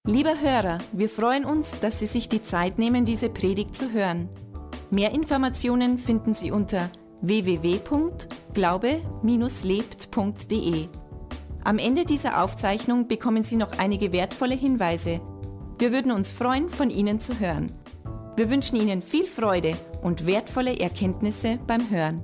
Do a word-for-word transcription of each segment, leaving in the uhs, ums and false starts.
Lieber Hörer, wir freuen uns, dass Sie sich die Zeit nehmen, diese Predigt zu hören. Mehr Informationen finden Sie unter w w w punkt glaube lebt punkt d e. Am Ende dieser Aufzeichnung bekommen Sie noch einige wertvolle Hinweise. Wir würden uns freuen, von Ihnen zu hören. Wir wünschen Ihnen viel Freude und wertvolle Erkenntnisse beim Hören.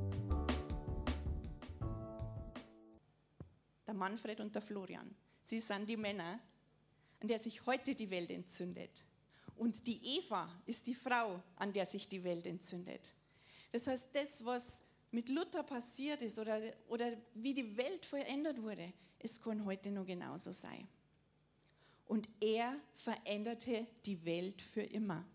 Der Manfred und der Florian, sie sind die Männer, an der sich heute die Welt entzündet. Und die Eva ist die Frau, an der sich die Welt entzündet. Das heißt, das, was mit Luther passiert ist oder, oder wie die Welt verändert wurde, es kann heute noch genauso sein. Und er veränderte die Welt für immer.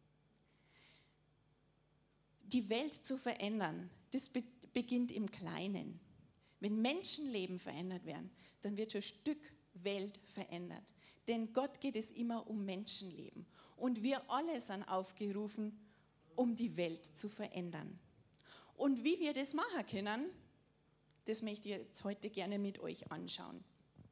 Die Welt zu verändern, das be- beginnt im Kleinen. Wenn Menschenleben verändert werden, dann wird schon ein Stück Welt verändert. Denn Gott geht es immer um Menschenleben. Und wir alle sind aufgerufen, um die Welt zu verändern. Und wie wir das machen können, das möchte ich jetzt heute gerne mit euch anschauen.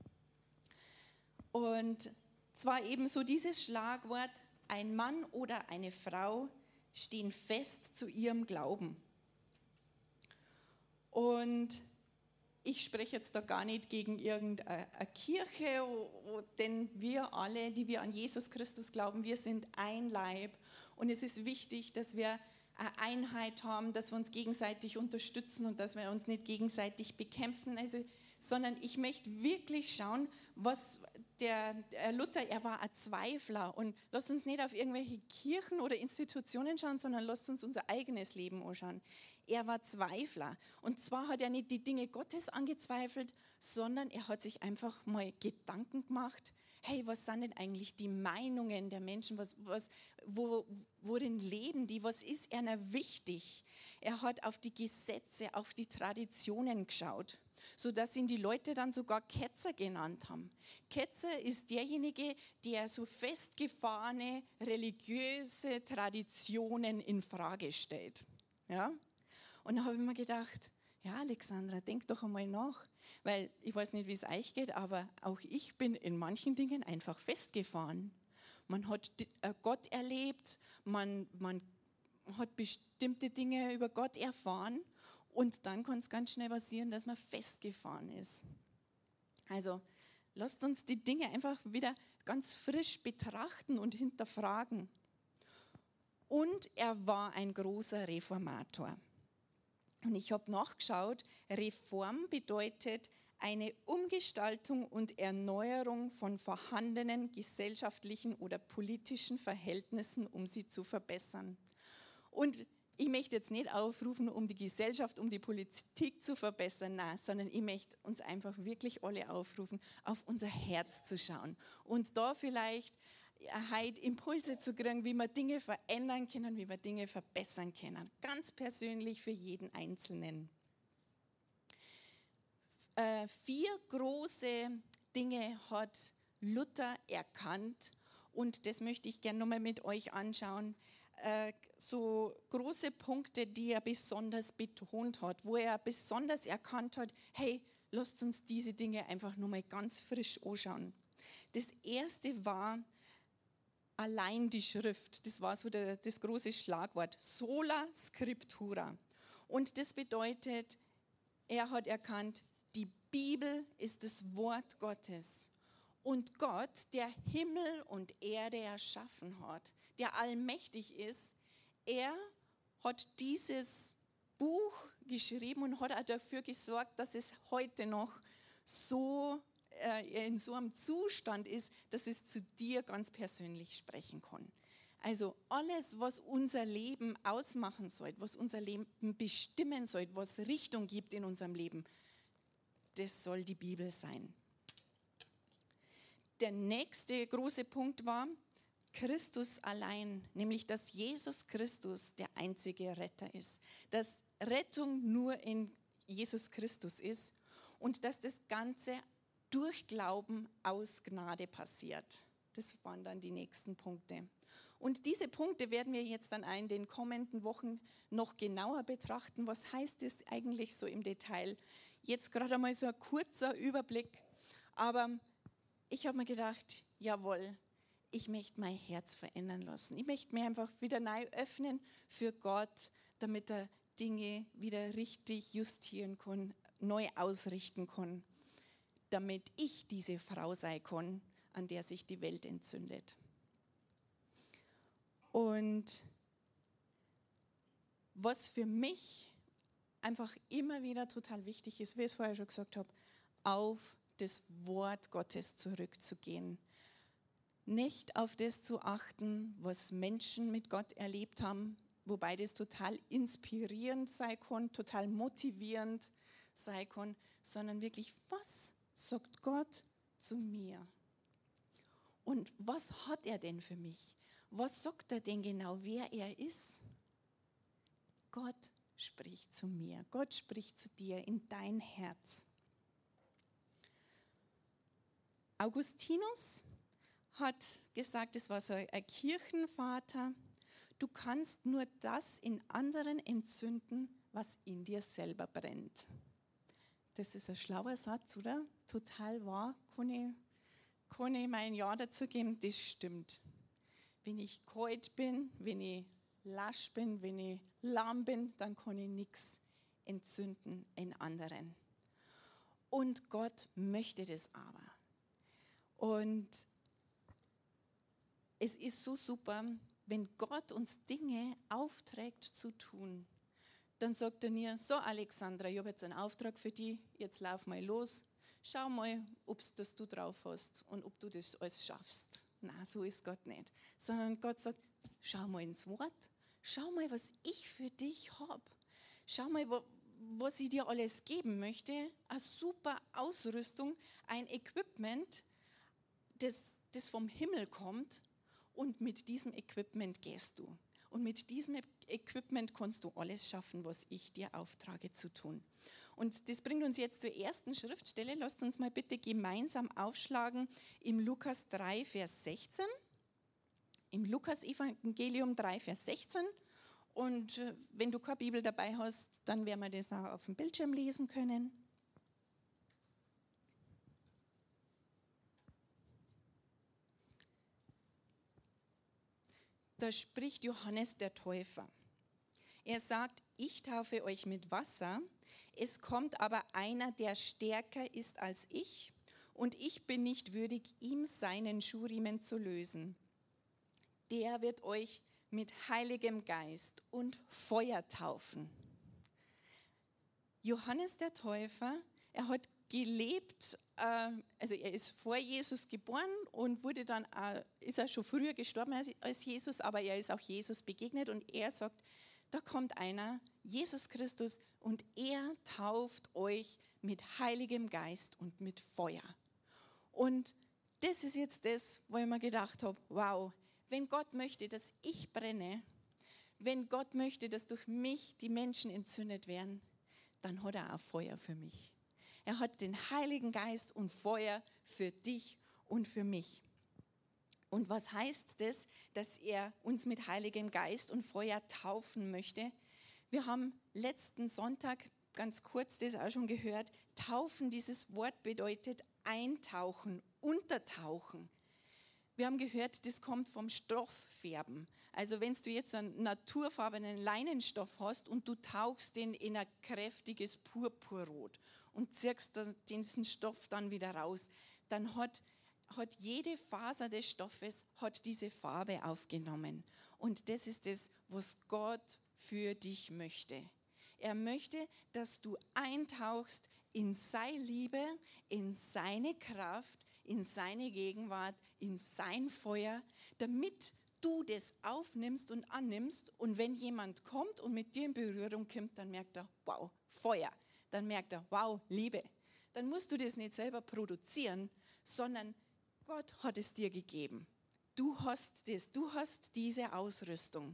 Und zwar eben so dieses Schlagwort, ein Mann oder eine Frau stehen fest zu ihrem Glauben. Und ich spreche jetzt da gar nicht gegen irgendeine Kirche, denn wir alle, die wir an Jesus Christus glauben, wir sind ein Leib. Und es ist wichtig, dass wir eine Einheit haben, dass wir uns gegenseitig unterstützen und dass wir uns nicht gegenseitig bekämpfen. Also, sondern ich möchte wirklich schauen, was der Luther, er war ein Zweifler. Und lasst uns nicht auf irgendwelche Kirchen oder Institutionen schauen, sondern lasst uns unser eigenes Leben anschauen. Er war Zweifler. Und zwar hat er nicht die Dinge Gottes angezweifelt, sondern er hat sich einfach mal Gedanken gemacht, hey, was sind denn eigentlich die Meinungen der Menschen, was, was, wo, worin leben die, was ist ihnen wichtig? Er hat auf die Gesetze, auf die Traditionen geschaut, sodass ihn die Leute dann sogar Ketzer genannt haben. Ketzer ist derjenige, der so festgefahrene religiöse Traditionen in Frage stellt. Ja? Und dann habe ich mir gedacht, ja, Alexandra, denk doch einmal nach, weil ich weiß nicht, wie es euch geht, aber auch ich bin in manchen Dingen einfach festgefahren. Man hat Gott erlebt, man, man hat bestimmte Dinge über Gott erfahren und dann kann es ganz schnell passieren, dass man festgefahren ist. Also lasst uns die Dinge einfach wieder ganz frisch betrachten und hinterfragen. Und er war ein großer Reformator. Und ich habe nachgeschaut, Reform bedeutet eine Umgestaltung und Erneuerung von vorhandenen gesellschaftlichen oder politischen Verhältnissen, um sie zu verbessern. Und ich möchte jetzt nicht aufrufen, um die Gesellschaft, um die Politik zu verbessern, nein, sondern ich möchte uns einfach wirklich alle aufrufen, auf unser Herz zu schauen und da vielleicht heute Impulse zu kriegen, wie wir Dinge verändern können, wie wir Dinge verbessern können. Ganz persönlich für jeden Einzelnen. Äh, vier große Dinge hat Luther erkannt und das möchte ich gerne nochmal mit euch anschauen. Äh, so große Punkte, die er besonders betont hat, wo er besonders erkannt hat, hey, lasst uns diese Dinge einfach nochmal ganz frisch anschauen. Das erste war, allein die Schrift, das war so der, das große Schlagwort, sola scriptura. Und das bedeutet, er hat erkannt, die Bibel ist das Wort Gottes. Und Gott, der Himmel und Erde erschaffen hat, der allmächtig ist, er hat dieses Buch geschrieben und hat auch dafür gesorgt, dass es heute noch so in so einem Zustand ist, dass es zu dir ganz persönlich sprechen kann. Also alles, was unser Leben ausmachen soll, was unser Leben bestimmen soll, was Richtung gibt in unserem Leben, das soll die Bibel sein. Der nächste große Punkt war Christus allein, nämlich dass Jesus Christus der einzige Retter ist, dass Rettung nur in Jesus Christus ist und dass das Ganze durch Glauben aus Gnade passiert. Das waren dann die nächsten Punkte. Und diese Punkte werden wir jetzt dann in den kommenden Wochen noch genauer betrachten. Was heißt das eigentlich so im Detail? Jetzt gerade einmal so ein kurzer Überblick. Aber ich habe mir gedacht, jawohl, ich möchte mein Herz verändern lassen. Ich möchte mir einfach wieder neu öffnen für Gott, damit er Dinge wieder richtig justieren kann, neu ausrichten kann, damit ich diese Frau sein kann, an der sich die Welt entzündet. Und was für mich einfach immer wieder total wichtig ist, wie ich es vorher schon gesagt habe, auf das Wort Gottes zurückzugehen. Nicht auf das zu achten, was Menschen mit Gott erlebt haben, wobei das total inspirierend sein kann, total motivierend sein kann, sondern wirklich, was sagt Gott zu mir? Und was hat er denn für mich? Was sagt er denn genau, wer er ist? Gott spricht zu mir, Gott spricht zu dir in dein Herz. Augustinus hat gesagt, das war so ein Kirchenvater, du kannst nur das in anderen entzünden, was in dir selber brennt. Das ist ein schlauer Satz, oder? Total wahr, kann ich, kann ich mein Ja dazu geben, das stimmt. Wenn ich kalt bin, wenn ich lasch bin, wenn ich lahm bin, dann kann ich nichts entzünden in anderen. Und Gott möchte das aber. Und es ist so super, wenn Gott uns Dinge aufträgt zu tun, dann sagt er mir, so Alexandra, ich habe jetzt einen Auftrag für dich, jetzt lauf mal los, schau mal, ob das du drauf hast und ob du das alles schaffst. Nein, so ist Gott nicht. Sondern Gott sagt, schau mal ins Wort, schau mal, was ich für dich habe. Schau mal, was ich dir alles geben möchte. Eine super Ausrüstung, ein Equipment, das, das vom Himmel kommt. Und mit diesem Equipment gehst du. Und mit diesem Equipment kannst du alles schaffen, was ich dir auftrage zu tun. Und das bringt uns jetzt zur ersten Schriftstelle. Lasst uns mal bitte gemeinsam aufschlagen im Lukas drei, Vers sechzehn. Im Lukas-Evangelium drei, Vers sechzehn. Und wenn du keine Bibel dabei hast, dann werden wir das auch auf dem Bildschirm lesen können. Da spricht Johannes der Täufer. Er sagt, ich taufe euch mit Wasser, es kommt aber einer, der stärker ist als ich, und ich bin nicht würdig, ihm seinen Schuhriemen zu lösen. Der wird euch mit Heiligem Geist und Feuer taufen. Johannes der Täufer, er hat gelebt, also er ist vor Jesus geboren und wurde dann, ist er schon früher gestorben als Jesus, aber er ist auch Jesus begegnet und er sagt, da kommt einer, Jesus Christus, und er tauft euch mit Heiligem Geist und mit Feuer. Und das ist jetzt das, wo ich mir gedacht habe, wow, wenn Gott möchte, dass ich brenne, wenn Gott möchte, dass durch mich die Menschen entzündet werden, dann hat er auch Feuer für mich. Er hat den Heiligen Geist und Feuer für dich und für mich. Und was heißt das, dass er uns mit Heiligem Geist und Feuer taufen möchte? Wir haben letzten Sonntag ganz kurz das auch schon gehört. Taufen, dieses Wort bedeutet eintauchen, untertauchen. Wir haben gehört, das kommt vom Stofffärben. Also wenn du jetzt einen naturfarbenen Leinenstoff hast und du tauchst den in ein kräftiges Purpurrot und ziehst diesen Stoff dann wieder raus, dann hat, hat jede Faser des Stoffes hat diese Farbe aufgenommen. Und das ist das, was Gott für dich möchte. Er möchte, dass du eintauchst in seine Liebe, in seine Kraft, in seine Gegenwart, in sein Feuer, damit du das aufnimmst und annimmst. Und wenn jemand kommt und mit dir in Berührung kommt, dann merkt er, wow, Feuer. Dann merkt er, wow, Liebe. Dann musst du das nicht selber produzieren, sondern Gott hat es dir gegeben. Du hast das, du hast diese Ausrüstung.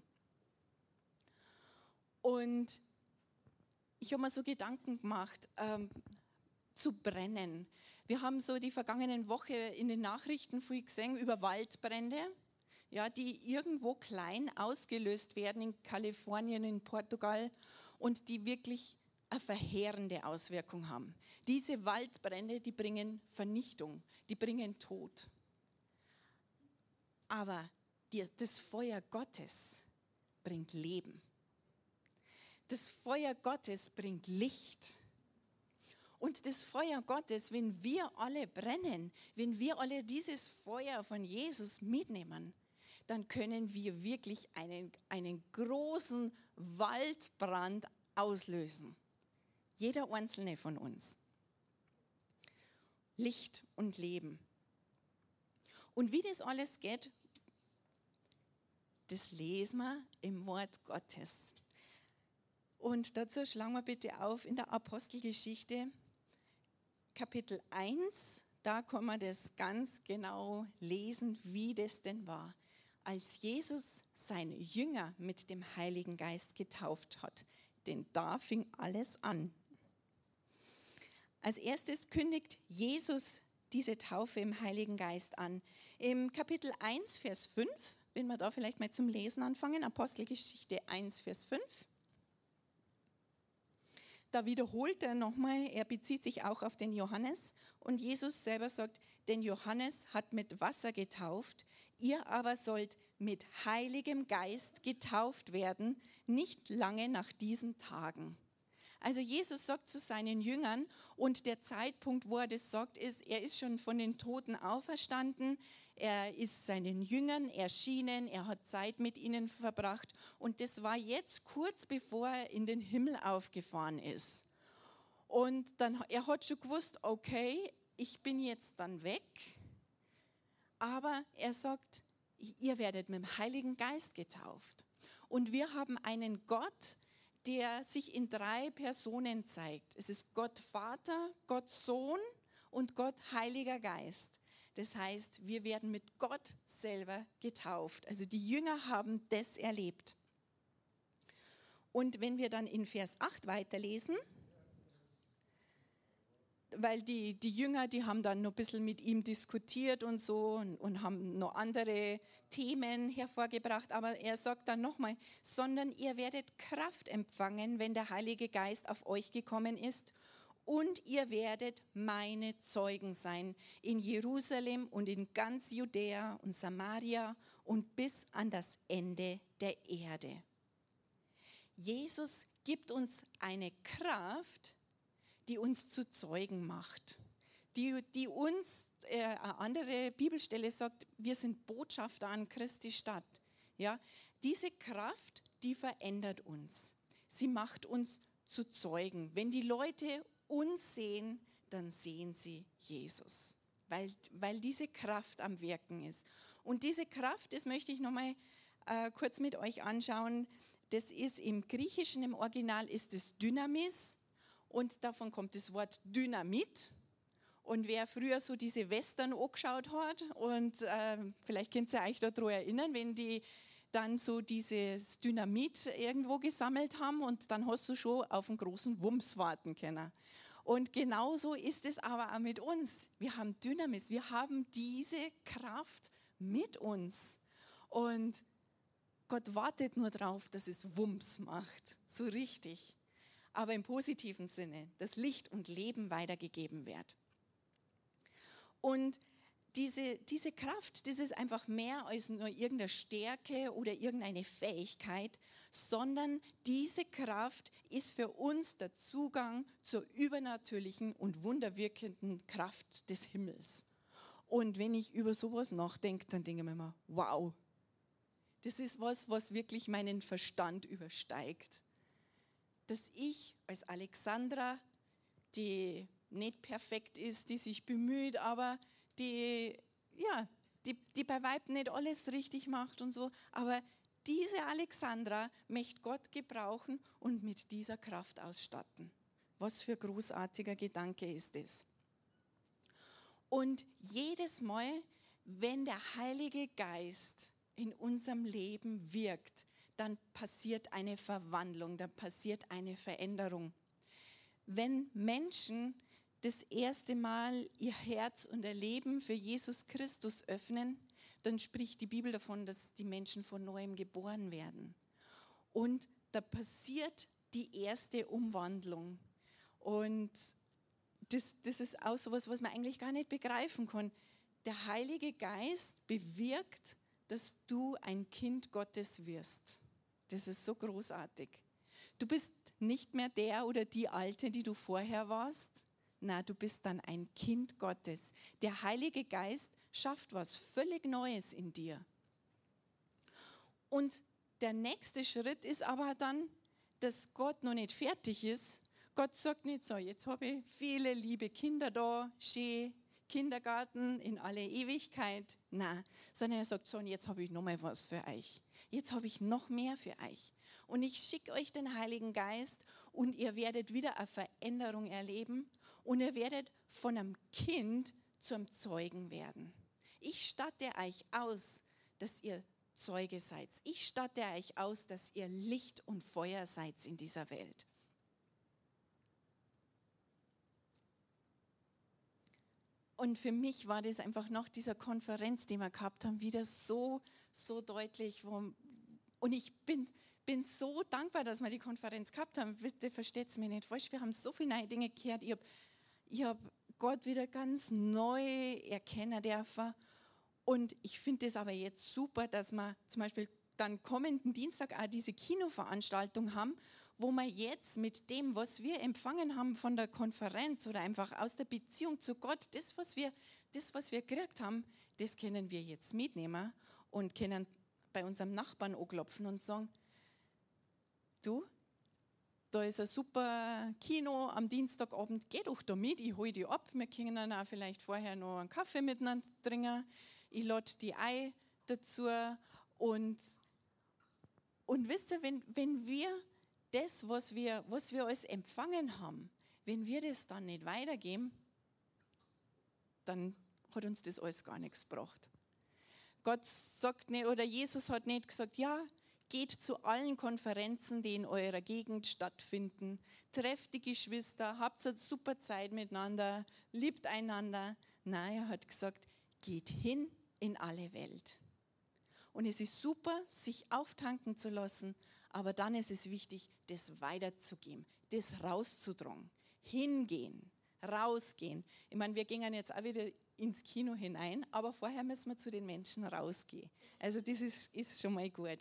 Und ich habe mir so Gedanken gemacht, ähm, zu brennen. Wir haben so die vergangenen Woche in den Nachrichten viel gesehen über Waldbrände, ja, die irgendwo klein ausgelöst werden in Kalifornien, in Portugal und die wirklich eine verheerende Auswirkung haben. Diese Waldbrände, die bringen Vernichtung, die bringen Tod. Aber die, das Feuer Gottes bringt Leben. Das Feuer Gottes bringt Licht. Und das Feuer Gottes, wenn wir alle brennen, wenn wir alle dieses Feuer von Jesus mitnehmen, dann können wir wirklich einen, einen großen Waldbrand auslösen. Jeder einzelne von uns. Licht und Leben. Und wie das alles geht, das lesen wir im Wort Gottes. Und dazu schlagen wir bitte auf in der Apostelgeschichte, Kapitel eins. Da kann man das ganz genau lesen, wie das denn war, als Jesus seine Jünger mit dem Heiligen Geist getauft hat. Denn da fing alles an. Als erstes kündigt Jesus diese Taufe im Heiligen Geist an. Im Kapitel eins, Vers fünf, wenn wir da vielleicht mal zum Lesen anfangen, Apostelgeschichte eins, Vers fünf. Da wiederholt er nochmal, er bezieht sich auch auf den Johannes und Jesus selber sagt, denn Johannes hat mit Wasser getauft, ihr aber sollt mit Heiligem Geist getauft werden, nicht lange nach diesen Tagen. Also Jesus sagt zu seinen Jüngern und der Zeitpunkt, wo er das sagt, ist, er ist schon von den Toten auferstanden, er ist seinen Jüngern erschienen, er hat Zeit mit ihnen verbracht und das war jetzt kurz bevor er in den Himmel aufgefahren ist. Und dann, er hat schon gewusst, okay, ich bin jetzt dann weg, aber er sagt, ihr werdet mit dem Heiligen Geist getauft. Und wir haben einen Gott, der sich in drei Personen zeigt. Es ist Gott Vater, Gott Sohn und Gott Heiliger Geist. Das heißt, wir werden mit Gott selber getauft. Also die Jünger haben das erlebt. Und wenn wir dann in Vers acht weiterlesen, weil die, die Jünger, die haben dann noch ein bisschen mit ihm diskutiert und so und, und haben noch andere Themen hervorgebracht, aber er sagt dann nochmal, sondern ihr werdet Kraft empfangen, wenn der Heilige Geist auf euch gekommen ist und ihr werdet meine Zeugen sein in Jerusalem und in ganz Judäa und Samaria und bis an das Ende der Erde. Jesus gibt uns eine Kraft, die uns zu Zeugen macht, die, die uns, äh, eine andere Bibelstelle sagt, wir sind Botschafter an Christi Stadt. Ja, diese Kraft, die verändert uns. Sie macht uns zu Zeugen. Wenn die Leute uns sehen, dann sehen sie Jesus, weil, weil diese Kraft am Wirken ist. Und diese Kraft, das möchte ich nochmal äh, kurz mit euch anschauen, das ist im Griechischen, im Original ist es Dynamis. Und davon kommt das Wort Dynamit. Und wer früher so diese Western angeschaut hat, und äh, vielleicht könnt ihr euch daran erinnern, wenn die dann so dieses Dynamit irgendwo gesammelt haben und dann hast du schon auf einen großen Wumms warten können. Und genauso ist es aber auch mit uns. Wir haben Dynamis, wir haben diese Kraft mit uns. Und Gott wartet nur darauf, dass es Wumms macht, so richtig. Aber im positiven Sinne, dass Licht und Leben weitergegeben wird. Und diese, diese Kraft, das ist einfach mehr als nur irgendeine Stärke oder irgendeine Fähigkeit, sondern diese Kraft ist für uns der Zugang zur übernatürlichen und wunderwirkenden Kraft des Himmels. Und wenn ich über sowas nachdenke, dann denke ich mir immer, wow, das ist was, was wirklich meinen Verstand übersteigt. Dass ich als Alexandra, die nicht perfekt ist, die sich bemüht, aber die, ja, die, die bei Weitem nicht alles richtig macht und so, aber diese Alexandra möchte Gott gebrauchen und mit dieser Kraft ausstatten. Was für ein großartiger Gedanke ist das. Und jedes Mal, wenn der Heilige Geist in unserem Leben wirkt, dann passiert eine Verwandlung, dann passiert eine Veränderung. Wenn Menschen das erste Mal ihr Herz und ihr Leben für Jesus Christus öffnen, dann spricht die Bibel davon, dass die Menschen von Neuem geboren werden. Und da passiert die erste Umwandlung. Und das, das ist auch so etwas, was man eigentlich gar nicht begreifen kann. Der Heilige Geist bewirkt, dass du ein Kind Gottes wirst. Das ist so großartig. Du bist nicht mehr der oder die Alte, die du vorher warst. Na, du bist dann ein Kind Gottes. Der Heilige Geist schafft was völlig Neues in dir. Und der nächste Schritt ist aber dann, dass Gott noch nicht fertig ist. Gott sagt nicht so, jetzt habe ich viele liebe Kinder da, schön, Kindergarten in alle Ewigkeit. Nein, sondern er sagt so, und jetzt habe ich noch mal was für euch. Jetzt habe ich noch mehr für euch. Und ich schicke euch den Heiligen Geist und ihr werdet wieder eine Veränderung erleben und ihr werdet von einem Kind zum Zeugen werden. Ich statte euch aus, dass ihr Zeuge seid. Ich statte euch aus, dass ihr Licht und Feuer seid in dieser Welt. Und für mich war das einfach nach dieser Konferenz, die wir gehabt haben, wieder so, so deutlich. Wo, und ich bin, bin so dankbar, dass wir die Konferenz gehabt haben. Bitte versteht es mir nicht falsch. Wir haben so viele neue Dinge gehört. Ich habe ich hab Gott wieder ganz neu erkennen dürfen. Und ich finde es aber jetzt super, dass wir zum Beispiel dann kommenden Dienstag auch diese Kinoveranstaltung haben, wo wir jetzt mit dem, was wir empfangen haben von der Konferenz oder einfach aus der Beziehung zu Gott, das, was wir, das, was wir gekriegt haben, das können wir jetzt mitnehmen und können bei unserem Nachbarn anklopfen und sagen, du, da ist ein super Kino am Dienstagabend, geh doch da mit, ich hole dich ab, wir können dann auch vielleicht vorher noch einen Kaffee miteinander trinken, ich lade die ein dazu und, und wisst ihr, wenn, wenn wir das, was wir, was wir alles empfangen haben, wenn wir das dann nicht weitergeben, dann hat uns das alles gar nichts gebracht. Gott sagt nicht, oder Jesus hat nicht gesagt, ja, geht zu allen Konferenzen, die in eurer Gegend stattfinden, trefft die Geschwister, habt eine super Zeit miteinander, liebt einander. Nein, er hat gesagt, geht hin in alle Welt. Und es ist super, sich auftanken zu lassen, aber dann ist es wichtig, das weiterzugeben, das rauszutragen, hingehen, rausgehen. Ich meine, wir gehen jetzt auch wieder ins Kino hinein, aber vorher müssen wir zu den Menschen rausgehen. Also das ist, ist schon mal gut.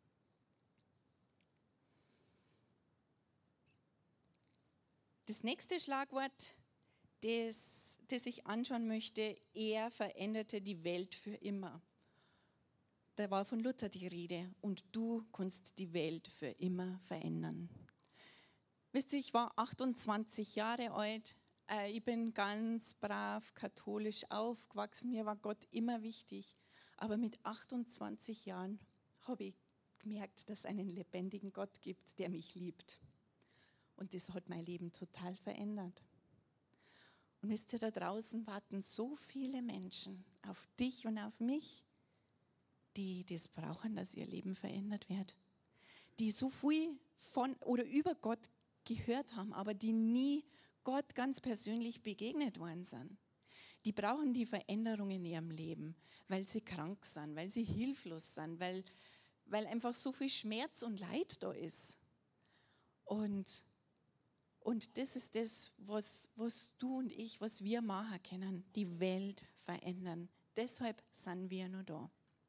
Das nächste Schlagwort, das, das ich anschauen möchte, er veränderte die Welt für immer. Da war von Luther die Rede und du kannst die Welt für immer verändern. Wisst ihr, ich war achtundzwanzig Jahre alt, äh, ich bin ganz brav katholisch aufgewachsen, mir war Gott immer wichtig, aber mit achtundzwanzig Jahren habe ich gemerkt, dass es einen lebendigen Gott gibt, der mich liebt. Und das hat mein Leben total verändert. Und wisst ihr, da draußen warten so viele Menschen auf dich und auf mich, die das brauchen, dass ihr Leben verändert wird. Die so viel von oder über Gott gehört haben, aber die nie Gott ganz persönlich begegnet worden sind. Die brauchen die Veränderung in ihrem Leben, weil sie krank sind, weil sie hilflos sind, weil, weil einfach so viel Schmerz und Leid da ist. Und, und das ist das, was, was du und ich, was wir machen können, die Welt verändern. Deshalb sind wir nur da.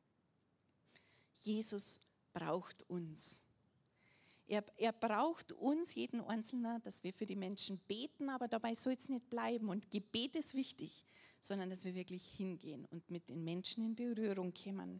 Jesus braucht uns. Er, er braucht uns, jeden Einzelnen, dass wir für die Menschen beten, aber dabei soll es nicht bleiben. Und Gebet ist wichtig, sondern dass wir wirklich hingehen und mit den Menschen in Berührung kommen.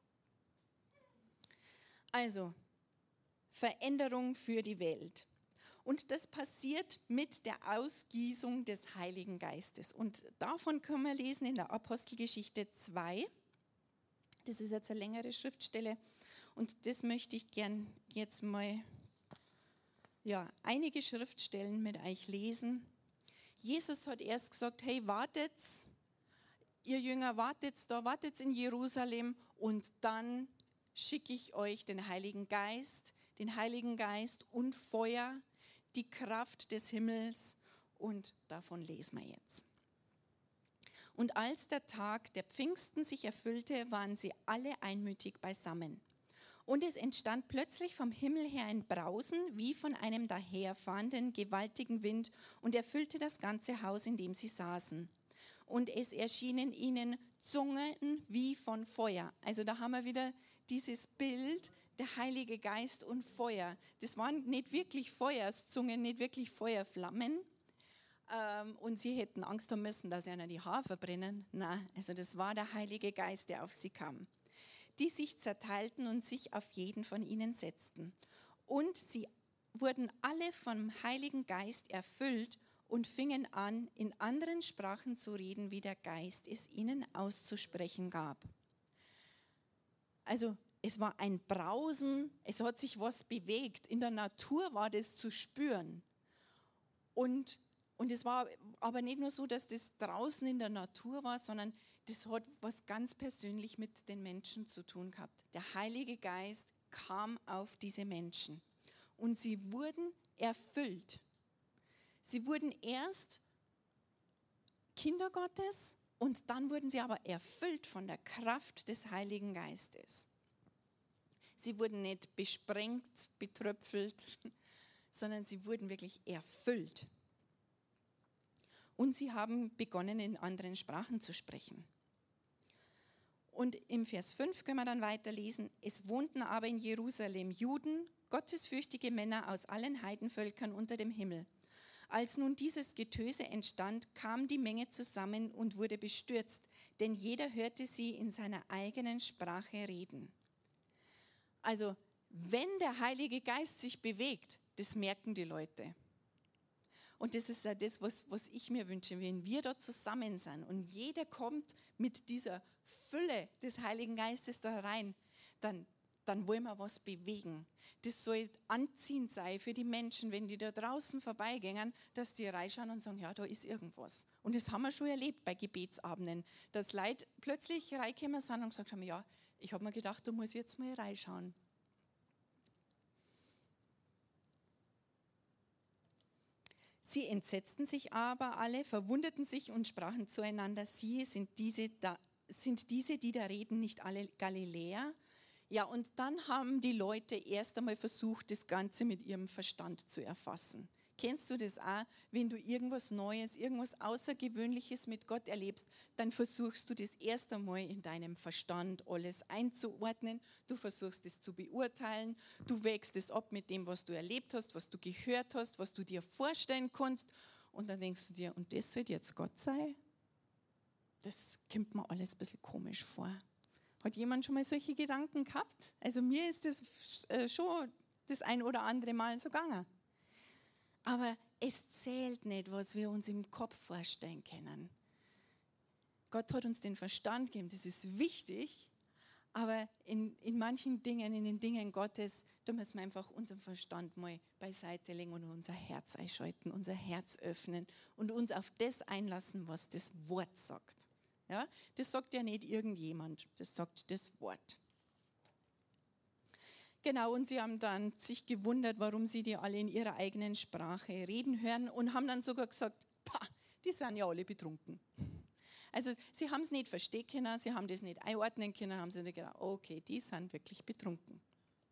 Also, Veränderung für die Welt. Und das passiert mit der Ausgießung des Heiligen Geistes. Und davon können wir lesen in der Apostelgeschichte zwei. Das ist jetzt eine längere Schriftstelle und das möchte ich gern jetzt mal, ja, einige Schriftstellen mit euch lesen. Jesus hat erst gesagt, hey, wartet, ihr Jünger, wartet da, wartet in Jerusalem und dann schicke ich euch den Heiligen Geist, den Heiligen Geist und Feuer, die Kraft des Himmels und davon lesen wir jetzt. Und als der Tag der Pfingsten sich erfüllte, waren sie alle einmütig beisammen. Und es entstand plötzlich vom Himmel her ein Brausen, wie von einem daherfahrenden gewaltigen Wind, und erfüllte das ganze Haus, in dem sie saßen. Und es erschienen ihnen Zungen wie von Feuer. Also da haben wir wieder dieses Bild, der Heilige Geist und Feuer. Das waren nicht wirklich Feuerszungen, nicht wirklich Feuerflammen. Ähm, und sie hätten Angst haben müssen, dass ihnen die Haare verbrennen. Nein, also das war der Heilige Geist, der auf sie kam. Die sich zerteilten und sich auf jeden von ihnen setzten. Und sie wurden alle vom Heiligen Geist erfüllt und fingen an, in anderen Sprachen zu reden, wie der Geist es ihnen auszusprechen gab. Also es war ein Brausen, es hat sich was bewegt. In der Natur war das zu spüren. Und, und es war aber nicht nur so, dass das draußen in der Natur war, sondern das hat was ganz persönlich mit den Menschen zu tun gehabt. Der Heilige Geist kam auf diese Menschen und sie wurden erfüllt. Sie wurden erst Kinder Gottes und dann wurden sie aber erfüllt von der Kraft des Heiligen Geistes. Sie wurden nicht besprengt, betröpfelt, sondern sie wurden wirklich erfüllt. Und sie haben begonnen, in anderen Sprachen zu sprechen. Und im Vers fünf können wir dann weiterlesen, es wohnten aber in Jerusalem Juden, gottesfürchtige Männer aus allen Heidenvölkern unter dem Himmel. Als nun dieses Getöse entstand, kam die Menge zusammen und wurde bestürzt, denn jeder hörte sie in seiner eigenen Sprache reden. Also, wenn der Heilige Geist sich bewegt, das merken die Leute. Und das ist ja das, was, was ich mir wünsche, wenn wir da zusammen sind und jeder kommt mit dieser Fülle des Heiligen Geistes da rein, dann, dann wollen wir was bewegen. Das soll anziehend sein für die Menschen, wenn die da draußen vorbeigehen, dass die reinschauen und sagen, ja, da ist irgendwas. Und das haben wir schon erlebt bei Gebetsabenden, dass Leute plötzlich reingekommen sind und gesagt haben, ja, ich habe mir gedacht, da muss ich jetzt mal reinschauen. Sie entsetzten sich aber alle, verwunderten sich und sprachen zueinander, siehe, sind diese, da, sind diese, die da reden, nicht alle Galiläer? Ja, und dann haben die Leute erst einmal versucht, das Ganze mit ihrem Verstand zu erfassen. Kennst du das auch, wenn du irgendwas Neues, irgendwas Außergewöhnliches mit Gott erlebst, dann versuchst du das erst einmal in deinem Verstand alles einzuordnen, du versuchst es zu beurteilen, du wägst es ab mit dem, was du erlebt hast, was du gehört hast, was du dir vorstellen kannst und dann denkst du dir, und das soll jetzt Gott sein? Das kommt mir alles ein bisschen komisch vor. Hat jemand schon mal solche Gedanken gehabt? Also mir ist das schon das ein oder andere Mal so gegangen. Aber es zählt nicht, was wir uns im Kopf vorstellen können. Gott hat uns den Verstand gegeben, das ist wichtig, aber in, in manchen Dingen, in den Dingen Gottes, da müssen wir einfach unseren Verstand mal beiseite legen und unser Herz einschalten, unser Herz öffnen und uns auf das einlassen, was das Wort sagt. Ja? Das sagt ja nicht irgendjemand, das sagt das Wort. Genau, und sie haben dann sich gewundert, warum sie die alle in ihrer eigenen Sprache reden hören und haben dann sogar gesagt, pah, die sind ja alle betrunken. Also sie haben es nicht verstehen können, sie haben das nicht einordnen können, haben sie gedacht, okay, die sind wirklich betrunken.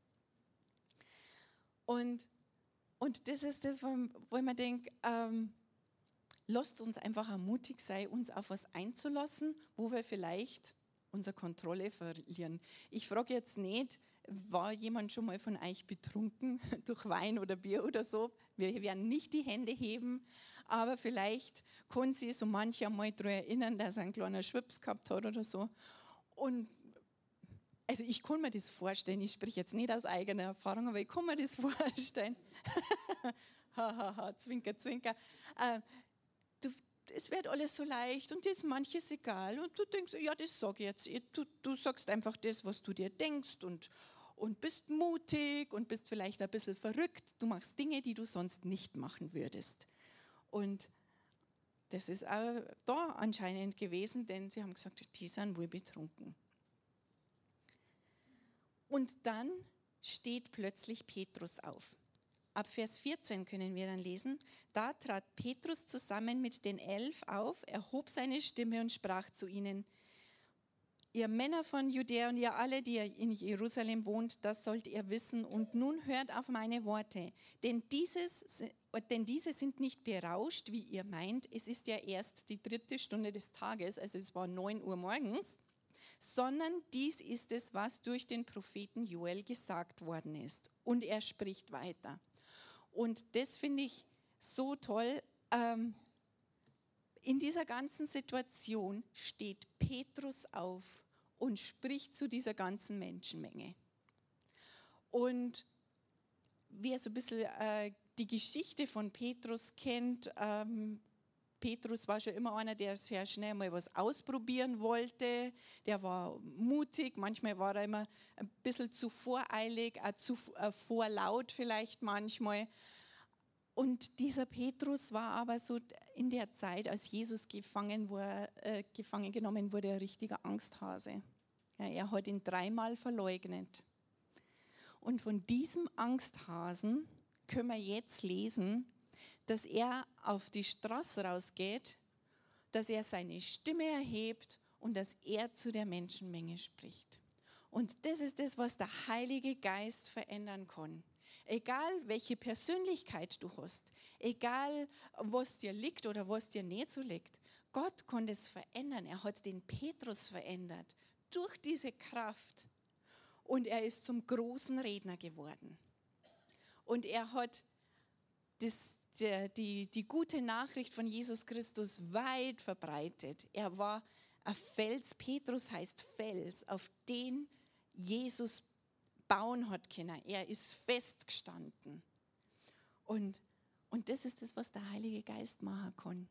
Und, und das ist das, wo, wo man denkt, ähm, lasst uns einfach ermutigt sein, uns auf was einzulassen, wo wir vielleicht unsere Kontrolle verlieren. Ich frage jetzt nicht, war jemand schon mal von euch betrunken durch Wein oder Bier oder so? Wir werden nicht die Hände heben, aber vielleicht können Sie so mancher mal daran erinnern, dass er einen kleinen Schwips gehabt hat oder so. Und also ich kann mir das vorstellen, ich spreche jetzt nicht aus eigener Erfahrung, aber ich kann mir das vorstellen. Hahaha, zwinker, zwinker. Äh, du, es wird alles so leicht und dir ist manches egal. Und du denkst, ja, das sage ich jetzt. Du, du sagst einfach das, was du dir denkst und, und bist mutig und bist vielleicht ein bisschen verrückt. Du machst Dinge, die du sonst nicht machen würdest. Und das ist auch da anscheinend gewesen, denn sie haben gesagt, die sind wohl betrunken. Und dann steht plötzlich Petrus auf. Ab Vers vierzehn können wir dann lesen, da trat Petrus zusammen mit den Elf auf, erhob seine Stimme und sprach zu ihnen, Ihr Männer von Judäa und ihr alle, die ihr in Jerusalem wohnt, das sollt ihr wissen. Und nun hört auf meine Worte. Denn, dieses, denn diese sind nicht berauscht, wie ihr meint. Es ist ja erst die dritte Stunde des Tages, also es war neun Uhr morgens. Sondern dies ist es, was durch den Propheten Joel gesagt worden ist. Und er spricht weiter. Und das finde ich so toll. Ähm, in dieser ganzen Situation steht Petrus auf und spricht zu dieser ganzen Menschenmenge. Und wer so ein bisschen äh, die Geschichte von Petrus kennt, ähm, Petrus war schon immer einer, der sehr schnell mal was ausprobieren wollte. Der war mutig, manchmal war er immer ein bisschen zu voreilig, auch zu äh, vorlaut vielleicht manchmal. Und dieser Petrus war aber so in der Zeit, als Jesus gefangen, war, äh, gefangen genommen wurde, ein richtiger Angsthase. Ja, er hat ihn dreimal verleugnet. Und von diesem Angsthasen können wir jetzt lesen, dass er auf die Straße rausgeht, dass er seine Stimme erhebt und dass er zu der Menschenmenge spricht. Und das ist das, was der Heilige Geist verändern kann. Egal, welche Persönlichkeit du hast, egal, was dir liegt oder was dir nicht so liegt, Gott kann das verändern. Er hat den Petrus verändert durch diese Kraft und er ist zum großen Redner geworden. Und er hat das, die, die, die gute Nachricht von Jesus Christus weit verbreitet. Er war ein Fels, Petrus heißt Fels, auf den Jesus bauen hat können. Er ist festgestanden. Und, und das ist das, was der Heilige Geist machen kann.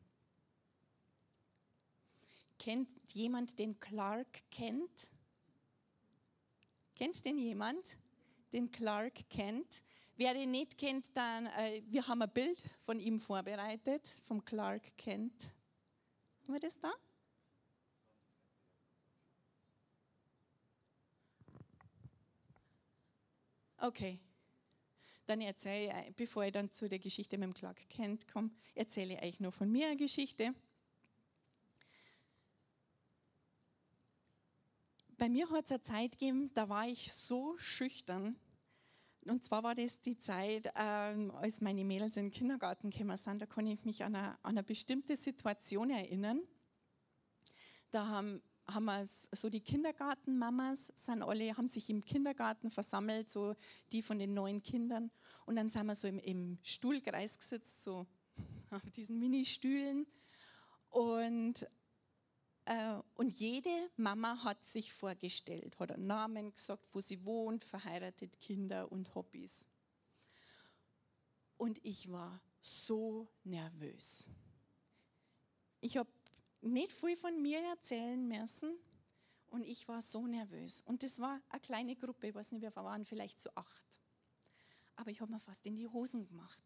Kennt jemand den Clark Kent? Kennt den jemand? Den Clark Kent? Wer den nicht kennt, dann, äh, wir haben ein Bild von ihm vorbereitet, vom Clark Kent. Haben wir das da? Okay, dann erzähle ich, bevor ich dann zu der Geschichte mit dem Clark Kent komme, erzähle ich euch noch von mir eine Geschichte. Bei mir hat es eine Zeit gegeben, da war ich so schüchtern. Und zwar war das die Zeit, ähm, als meine Mädels in den Kindergarten gekommen sind. Da kann ich mich an eine, an eine bestimmte Situation erinnern. Da haben haben wir so die Kindergartenmamas sind alle, haben sich im Kindergarten versammelt, so die von den neuen Kindern. Und dann sind wir so im, im Stuhlkreis gesetzt, so auf diesen Ministühlen. Und, äh, und jede Mama hat sich vorgestellt, hat einen Namen gesagt, wo sie wohnt, verheiratet, Kinder und Hobbys. Und ich war so nervös. Ich habe nicht viel von mir erzählen müssen und ich war so nervös. Und das war eine kleine Gruppe, ich weiß nicht, wir waren vielleicht zu acht. Aber ich habe mir fast in die Hosen gemacht.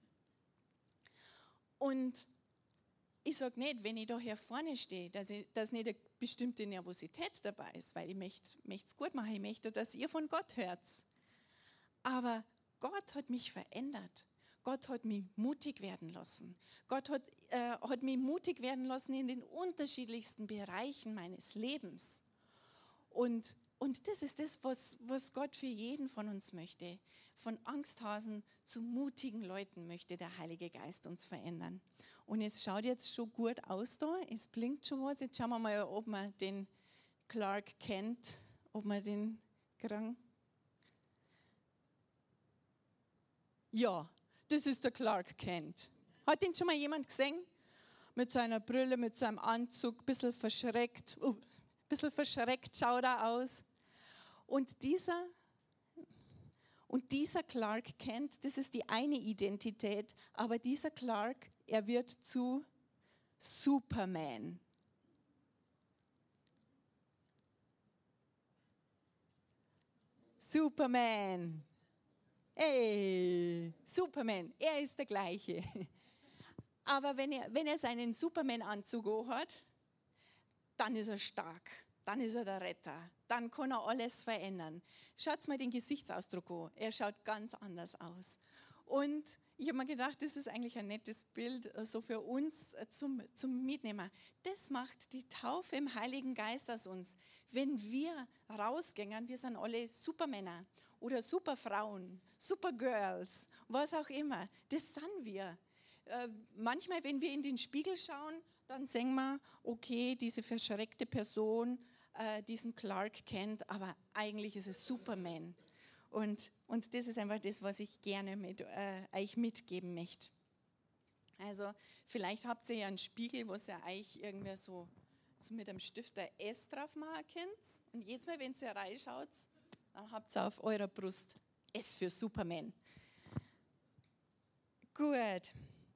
Und ich sage nicht, wenn ich da hier vorne stehe, dass, ich, dass nicht eine bestimmte Nervosität dabei ist, weil ich möchte es gut machen, ich möchte, dass ihr von Gott hört. Aber Gott hat mich verändert. Gott hat mich mutig werden lassen. Gott hat, äh, hat mich mutig werden lassen in den unterschiedlichsten Bereichen meines Lebens. Und, und das ist das, was, was Gott für jeden von uns möchte. Von Angsthasen zu mutigen Leuten möchte der Heilige Geist uns verändern. Und es schaut jetzt schon gut aus da, es blinkt schon was. Jetzt schauen wir mal, ob man den Clark Kent, ob man den kriegen. Ja. Das ist der Clark Kent. Hat ihn schon mal jemand gesehen? Mit seiner Brille, mit seinem Anzug, ein bisschen verschreckt. Uh, ein bisschen verschreckt schaut er aus. Und dieser, und dieser Clark Kent, das ist die eine Identität, aber dieser Clark, er wird zu Superman. Superman. Hey, Superman, er ist der gleiche. Aber wenn er, wenn er seinen Superman-Anzug hat, dann ist er stark, dann ist er der Retter, dann kann er alles verändern. Schaut mal den Gesichtsausdruck an, er schaut ganz anders aus. Und ich habe mir gedacht, das ist eigentlich ein nettes Bild äh, so für uns äh, zum, zum Mitnehmen. Das macht die Taufe im Heiligen Geist aus uns. Wenn wir rausgehen, wir sind alle Supermänner oder Superfrauen, Supergirls, was auch immer, das sind wir. Äh, manchmal, wenn wir in den Spiegel schauen, dann sehen wir, okay, diese verschreckte Person, äh, diesen Clark Kent, aber eigentlich ist es Superman. Und, und das ist einfach das, was ich gerne mit äh, euch mitgeben möchte. Also vielleicht habt ihr ja einen Spiegel, wo ihr euch irgendwie so, so mit einem Stift ein S drauf machen könnt. Und jedes Mal, wenn ihr reinschaut, dann habt ihr auf eurer Brust S für Superman. Gut.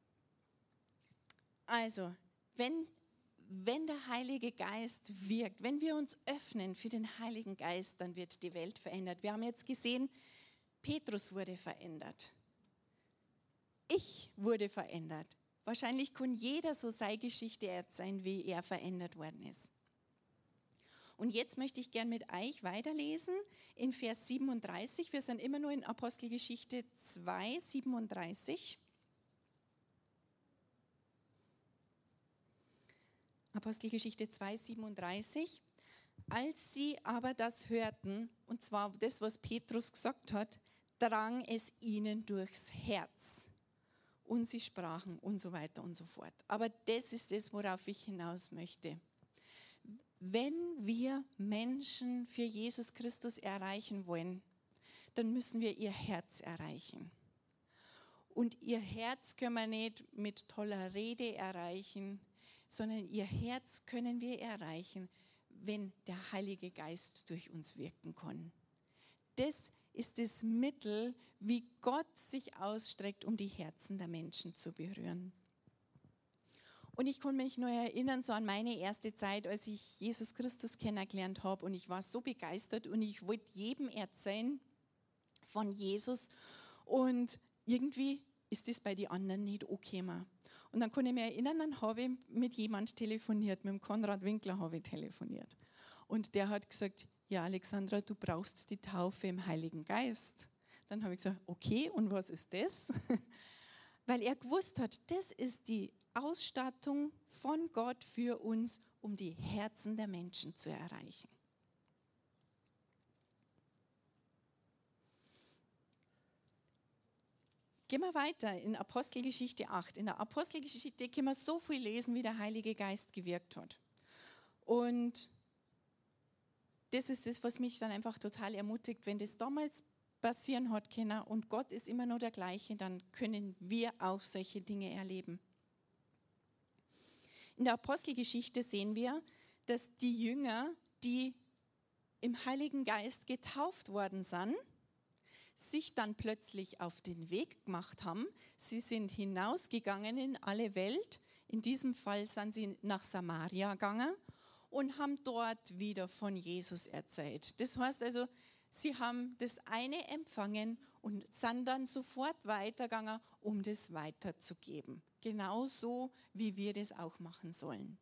Also, wenn, wenn der Heilige Geist wirkt, wenn wir uns öffnen für den Heiligen Geist, dann wird die Welt verändert. Wir haben jetzt gesehen, Petrus wurde verändert. Ich wurde verändert. Wahrscheinlich kann jeder so seine Geschichte erzählen, wie er verändert worden ist. Und jetzt möchte ich gern mit euch weiterlesen in Vers siebenunddreißig. Wir sind immer nur in Apostelgeschichte zwei, siebenunddreißig. Apostelgeschichte zwei, siebenunddreißig. Als sie aber das hörten, und zwar das, was Petrus gesagt hat, drang es ihnen durchs Herz. Und sie sprachen und so weiter und so fort. Aber das ist das, worauf ich hinaus möchte. Wenn wir Menschen für Jesus Christus erreichen wollen, dann müssen wir ihr Herz erreichen. Und ihr Herz können wir nicht mit toller Rede erreichen, sondern ihr Herz können wir erreichen, wenn der Heilige Geist durch uns wirken kann. Das ist das Mittel, wie Gott sich ausstreckt, um die Herzen der Menschen zu berühren. Und ich kann mich nur erinnern, so an meine erste Zeit, als ich Jesus Christus kennengelernt habe, und ich war so begeistert und ich wollte jedem erzählen von Jesus, und irgendwie ist das bei den anderen nicht angekommen. Und dann kann ich mich erinnern, dann habe ich mit jemand telefoniert, mit dem Konrad Winkler habe ich telefoniert. Und der hat gesagt, ja Alexandra, du brauchst die Taufe im Heiligen Geist. Dann habe ich gesagt, okay, und was ist das? Weil er gewusst hat, das ist die Ausstattung von Gott für uns, um die Herzen der Menschen zu erreichen. Gehen wir weiter in Apostelgeschichte acht. In der Apostelgeschichte können wir so viel lesen, wie der Heilige Geist gewirkt hat. Und das ist das, was mich dann einfach total ermutigt. Wenn das damals passieren hat können und Gott ist immer noch der gleiche, dann können wir auch solche Dinge erleben. In der Apostelgeschichte sehen wir, dass die Jünger, die im Heiligen Geist getauft worden sind, sich dann plötzlich auf den Weg gemacht haben. Sie sind hinausgegangen in alle Welt. In diesem Fall sind sie nach Samaria gegangen und haben dort wieder von Jesus erzählt. Das heißt also, sie haben das eine empfangen und sind dann sofort weitergegangen, um das weiterzugeben. Genauso, wie wir das auch machen sollen.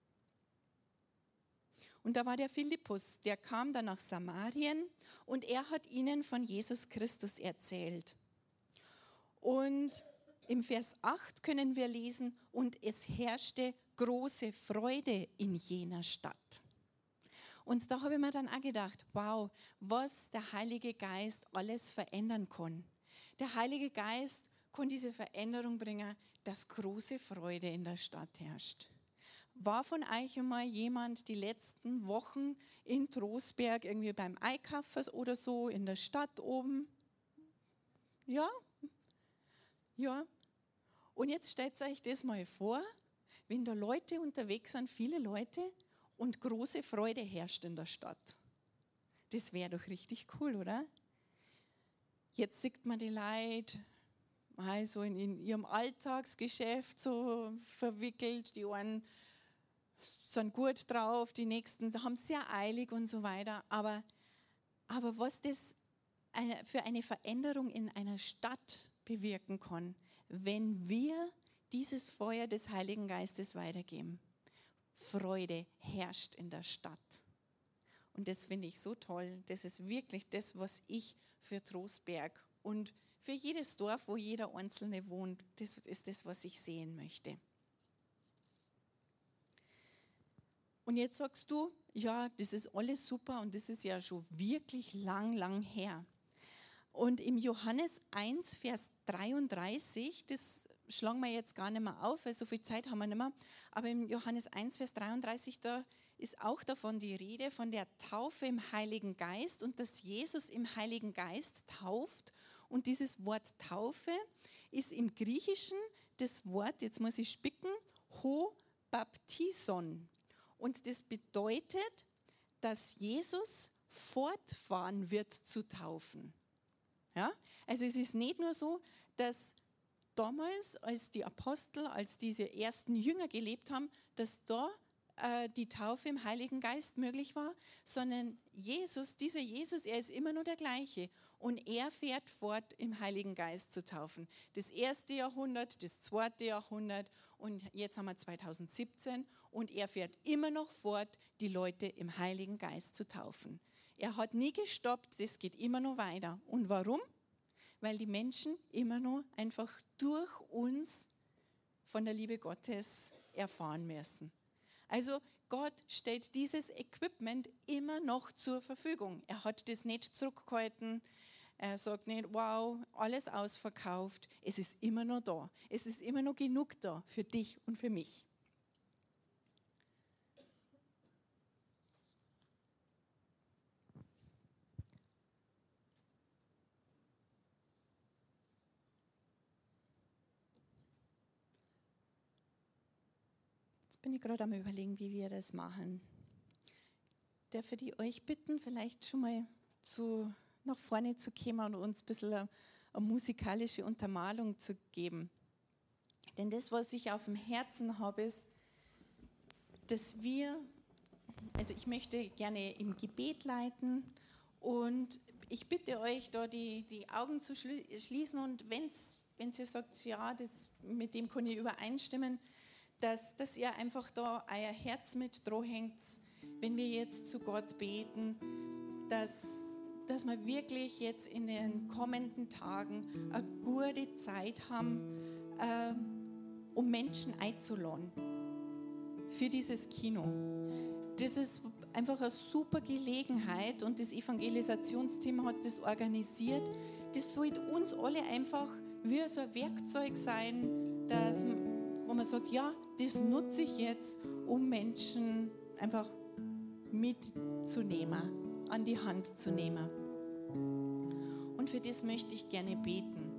Und da war der Philippus, der kam dann nach Samarien und er hat ihnen von Jesus Christus erzählt. Und im Vers acht können wir lesen, und es herrschte große Freude in jener Stadt. Und da habe ich mir dann auch gedacht, wow, was der Heilige Geist alles verändern kann. Der Heilige Geist kann diese Veränderung bringen, dass große Freude in der Stadt herrscht. War von euch einmal jemand die letzten Wochen in Trostberg irgendwie beim Einkaufen oder so in der Stadt oben? Ja? Ja. Und jetzt stellt euch das mal vor, wenn da Leute unterwegs sind, viele Leute, und große Freude herrscht in der Stadt. Das wäre doch richtig cool, oder? Jetzt sieht man die Leute also in, in ihrem Alltagsgeschäft so verwickelt, die einen sind gut drauf, die Nächsten haben es sehr eilig und so weiter. Aber, aber was das eine, für eine Veränderung in einer Stadt bewirken kann, wenn wir dieses Feuer des Heiligen Geistes weitergeben. Freude herrscht in der Stadt. Und das finde ich so toll. Das ist wirklich das, was ich für Trostberg und für jedes Dorf, wo jeder Einzelne wohnt. Das ist das, was ich sehen möchte. Und jetzt sagst du, ja, das ist alles super und das ist ja schon wirklich lang, lang her. Und im Johannes eins, Vers dreiunddreißig, das schlagen wir jetzt gar nicht mehr auf, weil so viel Zeit haben wir nicht mehr, aber im Johannes eins, Vers dreiunddreißig, da ist auch davon die Rede, von der Taufe im Heiligen Geist und dass Jesus im Heiligen Geist tauft. Und dieses Wort Taufe ist im Griechischen das Wort, jetzt muss ich spicken, ho baptison. Und das bedeutet, dass Jesus fortfahren wird zu taufen. Ja? Also es ist nicht nur so, dass damals, als die Apostel, als diese ersten Jünger gelebt haben, dass da äh, die Taufe im Heiligen Geist möglich war, sondern Jesus, dieser Jesus, er ist immer nur der gleiche und er fährt fort, im Heiligen Geist zu taufen. Das erste Jahrhundert, das zweite Jahrhundert und jetzt haben wir zweitausendsiebzehn und er fährt immer noch fort, die Leute im Heiligen Geist zu taufen. Er hat nie gestoppt, das geht immer noch weiter. Und warum? Weil die Menschen immer noch einfach durch uns von der Liebe Gottes erfahren müssen. Also Gott stellt dieses Equipment immer noch zur Verfügung. Er hat das nicht zurückgehalten. Er sagt nicht, wow, alles ausverkauft. Es ist immer noch da. Es ist immer noch genug da für dich und für mich. Jetzt bin ich gerade am Überlegen, wie wir das machen. Darf ich euch bitten, vielleicht schon mal zu, nach vorne zu kommen und uns ein bisschen eine, eine musikalische Untermalung zu geben. Denn das, was ich auf dem Herzen habe, ist, dass wir, also ich möchte gerne im Gebet leiten und ich bitte euch, da die, die Augen zu schließen und wenn's, wenn ihr sagt, ja, das, mit dem kann ich übereinstimmen, dass, dass ihr einfach da euer Herz mit dran hängt, wenn wir jetzt zu Gott beten, dass, dass wir wirklich jetzt in den kommenden Tagen eine gute Zeit haben, äh, um Menschen einzuladen für dieses Kino. Das ist einfach eine super Gelegenheit und das Evangelisationsteam hat das organisiert. Das sollte uns alle einfach wie so ein Werkzeug sein, dass, wo man sagt, ja, das nutze ich jetzt, um Menschen einfach mitzunehmen, an die Hand zu nehmen. Und für das möchte ich gerne beten.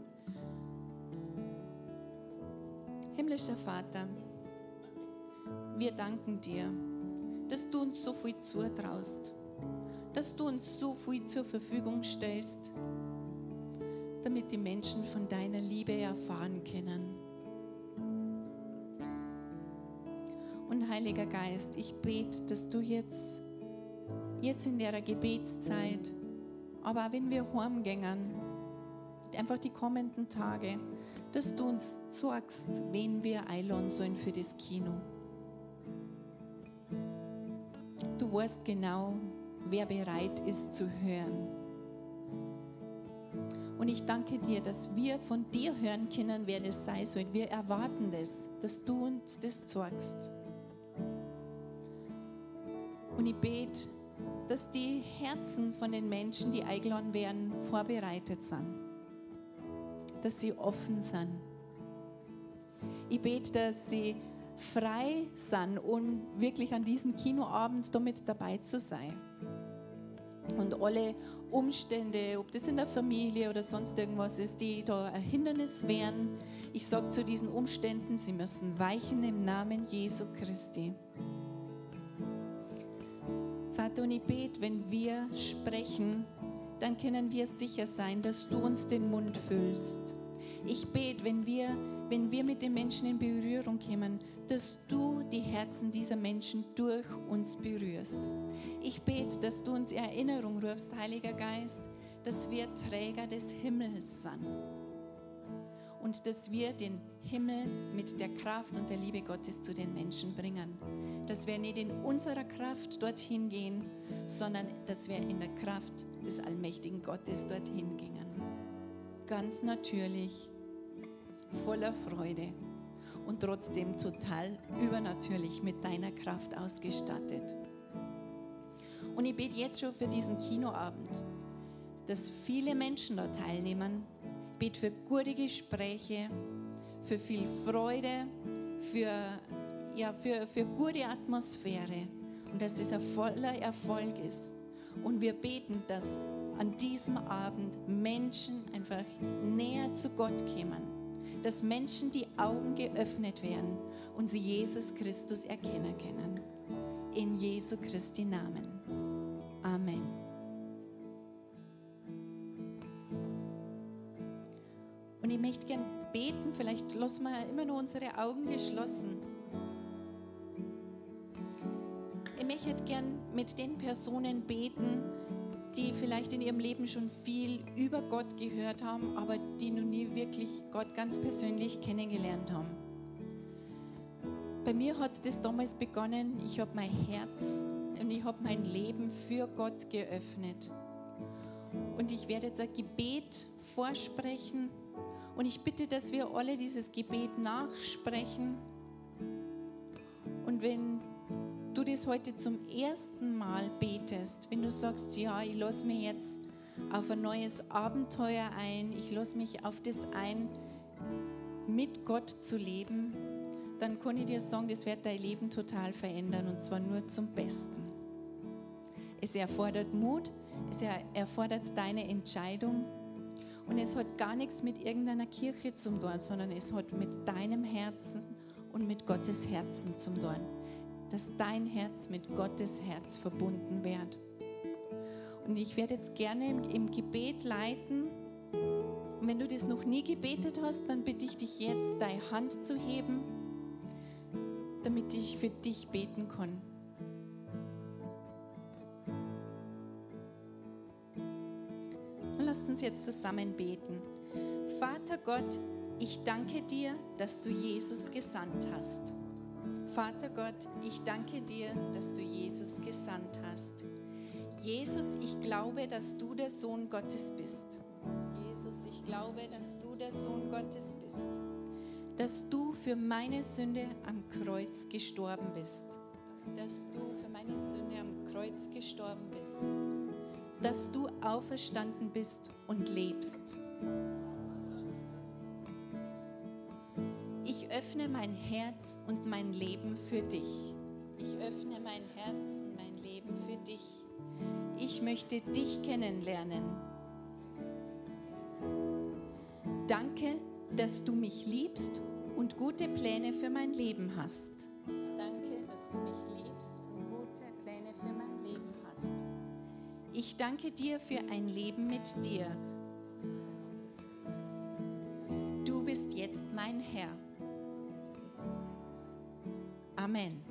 Himmlischer Vater, wir danken dir, dass du uns so viel zutraust, dass du uns so viel zur Verfügung stellst, damit die Menschen von deiner Liebe erfahren können. Und Heiliger Geist, ich bete, dass du jetzt, jetzt in der Gebetszeit, aber auch wenn wir heimgehen, einfach die kommenden Tage, dass du uns sagst, wen wir einladen sollen für das Kino. Du weißt genau, wer bereit ist zu hören. Und ich danke dir, dass wir von dir hören können, wer das sein soll. Wir erwarten das, dass du uns das sagst. Und ich bete, dass die Herzen von den Menschen, die eingeladen werden, vorbereitet sind. Dass sie offen sind. Ich bete, dass sie frei sind, um wirklich an diesem Kinoabend damit dabei zu sein. Und alle Umstände, ob das in der Familie oder sonst irgendwas ist, die da ein Hindernis wären, ich sage zu diesen Umständen, sie müssen weichen im Namen Jesu Christi. Vater, und ich bete, wenn wir sprechen, dann können wir sicher sein, dass du uns den Mund füllst. Ich bete, wenn wir, wenn wir mit den Menschen in Berührung kommen, dass du die Herzen dieser Menschen durch uns berührst. Ich bete, dass du uns Erinnerung rufst, Heiliger Geist, dass wir Träger des Himmels sind und dass wir den Himmel mit der Kraft und der Liebe Gottes zu den Menschen bringen. Dass wir nicht in unserer Kraft dorthin gehen, sondern dass wir in der Kraft des allmächtigen Gottes dorthin gingen. ganz natürlich, voller Freude und trotzdem total übernatürlich mit deiner Kraft ausgestattet. Und ich bete jetzt schon für diesen Kinoabend, dass viele Menschen da teilnehmen. Ich bete für gute Gespräche, für viel Freude, für, ja, für, für gute Atmosphäre und dass das ein voller Erfolg ist. Und wir beten, dass an diesem Abend Menschen einfach näher zu Gott kommen, dass Menschen die Augen geöffnet werden und sie Jesus Christus erkennen können. In Jesu Christi Namen. Amen. Und ich möchte gern beten, vielleicht lassen wir immer nur unsere Augen geschlossen. Ich möchte gern mit den Personen beten, die vielleicht in ihrem Leben schon viel über Gott gehört haben, aber die noch nie wirklich Gott ganz persönlich kennengelernt haben. Bei mir hat das damals begonnen, ich habe mein Herz und ich habe mein Leben für Gott geöffnet. Und ich werde jetzt ein Gebet vorsprechen und ich bitte, dass wir alle dieses Gebet nachsprechen. Und wenn du das heute zum ersten Mal betest, wenn du sagst, ja, ich lasse mich jetzt auf ein neues Abenteuer ein, ich lasse mich auf das ein, mit Gott zu leben, dann kann ich dir sagen, das wird dein Leben total verändern und zwar nur zum Besten. Es erfordert Mut, es erfordert deine Entscheidung und es hat gar nichts mit irgendeiner Kirche zu tun, sondern es hat mit deinem Herzen und mit Gottes Herzen zu tun, dass dein Herz mit Gottes Herz verbunden wird. Und ich werde jetzt gerne im, im Gebet leiten. Und wenn du das noch nie gebetet hast, dann bitte ich dich jetzt, deine Hand zu heben, damit ich für dich beten kann. Und lasst uns jetzt zusammen beten. Vater Gott, ich danke dir, dass du Jesus gesandt hast. Vater Gott, ich danke dir, dass du Jesus gesandt hast. Jesus, ich glaube, dass du der Sohn Gottes bist. Jesus, ich glaube, dass du der Sohn Gottes bist. Dass du für meine Sünde am Kreuz gestorben bist. Dass du für meine Sünde am Kreuz gestorben bist. Dass du auferstanden bist und lebst. Ich öffne mein Herz und mein Leben für dich. Ich öffne mein Herz und mein Leben für dich. Ich möchte dich kennenlernen. Danke, dass du mich liebst und gute Pläne für mein Leben hast. Danke, dass du mich liebst und gute Pläne für mein Leben hast. Ich danke dir für ein Leben mit dir. Du bist jetzt mein Herr. Amen.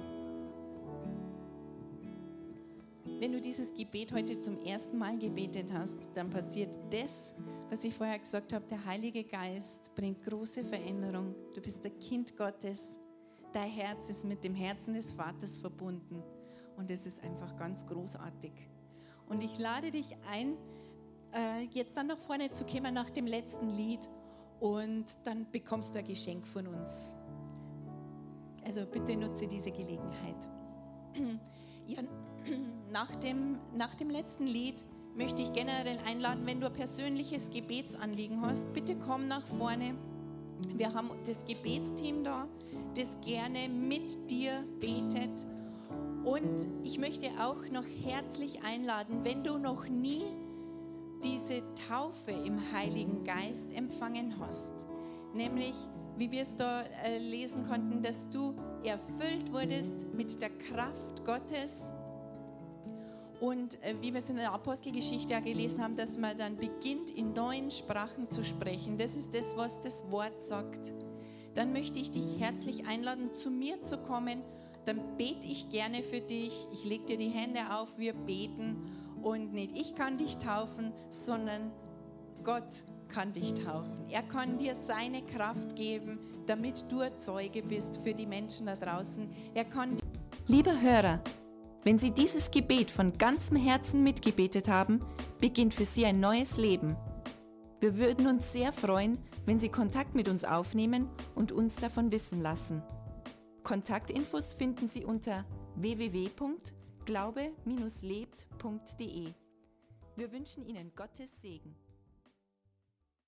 Wenn du dieses Gebet heute zum ersten Mal gebetet hast, dann passiert das, was ich vorher gesagt habe, der Heilige Geist bringt große Veränderung. Du bist ein Kind Gottes, dein Herz ist mit dem Herzen des Vaters verbunden und es ist einfach ganz großartig. Und ich lade dich ein, jetzt dann nach vorne zu kommen nach dem letzten Lied und dann bekommst du ein Geschenk von uns. Also bitte nutze diese Gelegenheit. Ja, nach dem, nach dem letzten Lied möchte ich generell einladen, wenn du ein persönliches Gebetsanliegen hast, bitte komm nach vorne. Wir haben das Gebetsteam da, das gerne mit dir betet. Und ich möchte auch noch herzlich einladen, wenn du noch nie diese Taufe im Heiligen Geist empfangen hast, nämlich wie wir es da äh, lesen konnten, dass du erfüllt wurdest mit der Kraft Gottes und äh, wie wir es in der Apostelgeschichte ja gelesen haben, dass man dann beginnt, in neuen Sprachen zu sprechen. Das ist das, was das Wort sagt. Dann möchte ich dich herzlich einladen, zu mir zu kommen. Dann bete ich gerne für dich. Ich lege dir die Hände auf, wir beten. Und nicht ich kann dich taufen, sondern Gott kann dich taufen. Er kann dir seine Kraft geben, damit du ein Zeuge bist für die Menschen da draußen. Er kann. Lieber Hörer, wenn Sie dieses Gebet von ganzem Herzen mitgebetet haben, beginnt für Sie ein neues Leben. Wir würden uns sehr freuen, wenn Sie Kontakt mit uns aufnehmen und uns davon wissen lassen. Kontaktinfos finden Sie unter w w w punkt glaube Bindestrich lebt punkt de. Wir wünschen Ihnen Gottes Segen.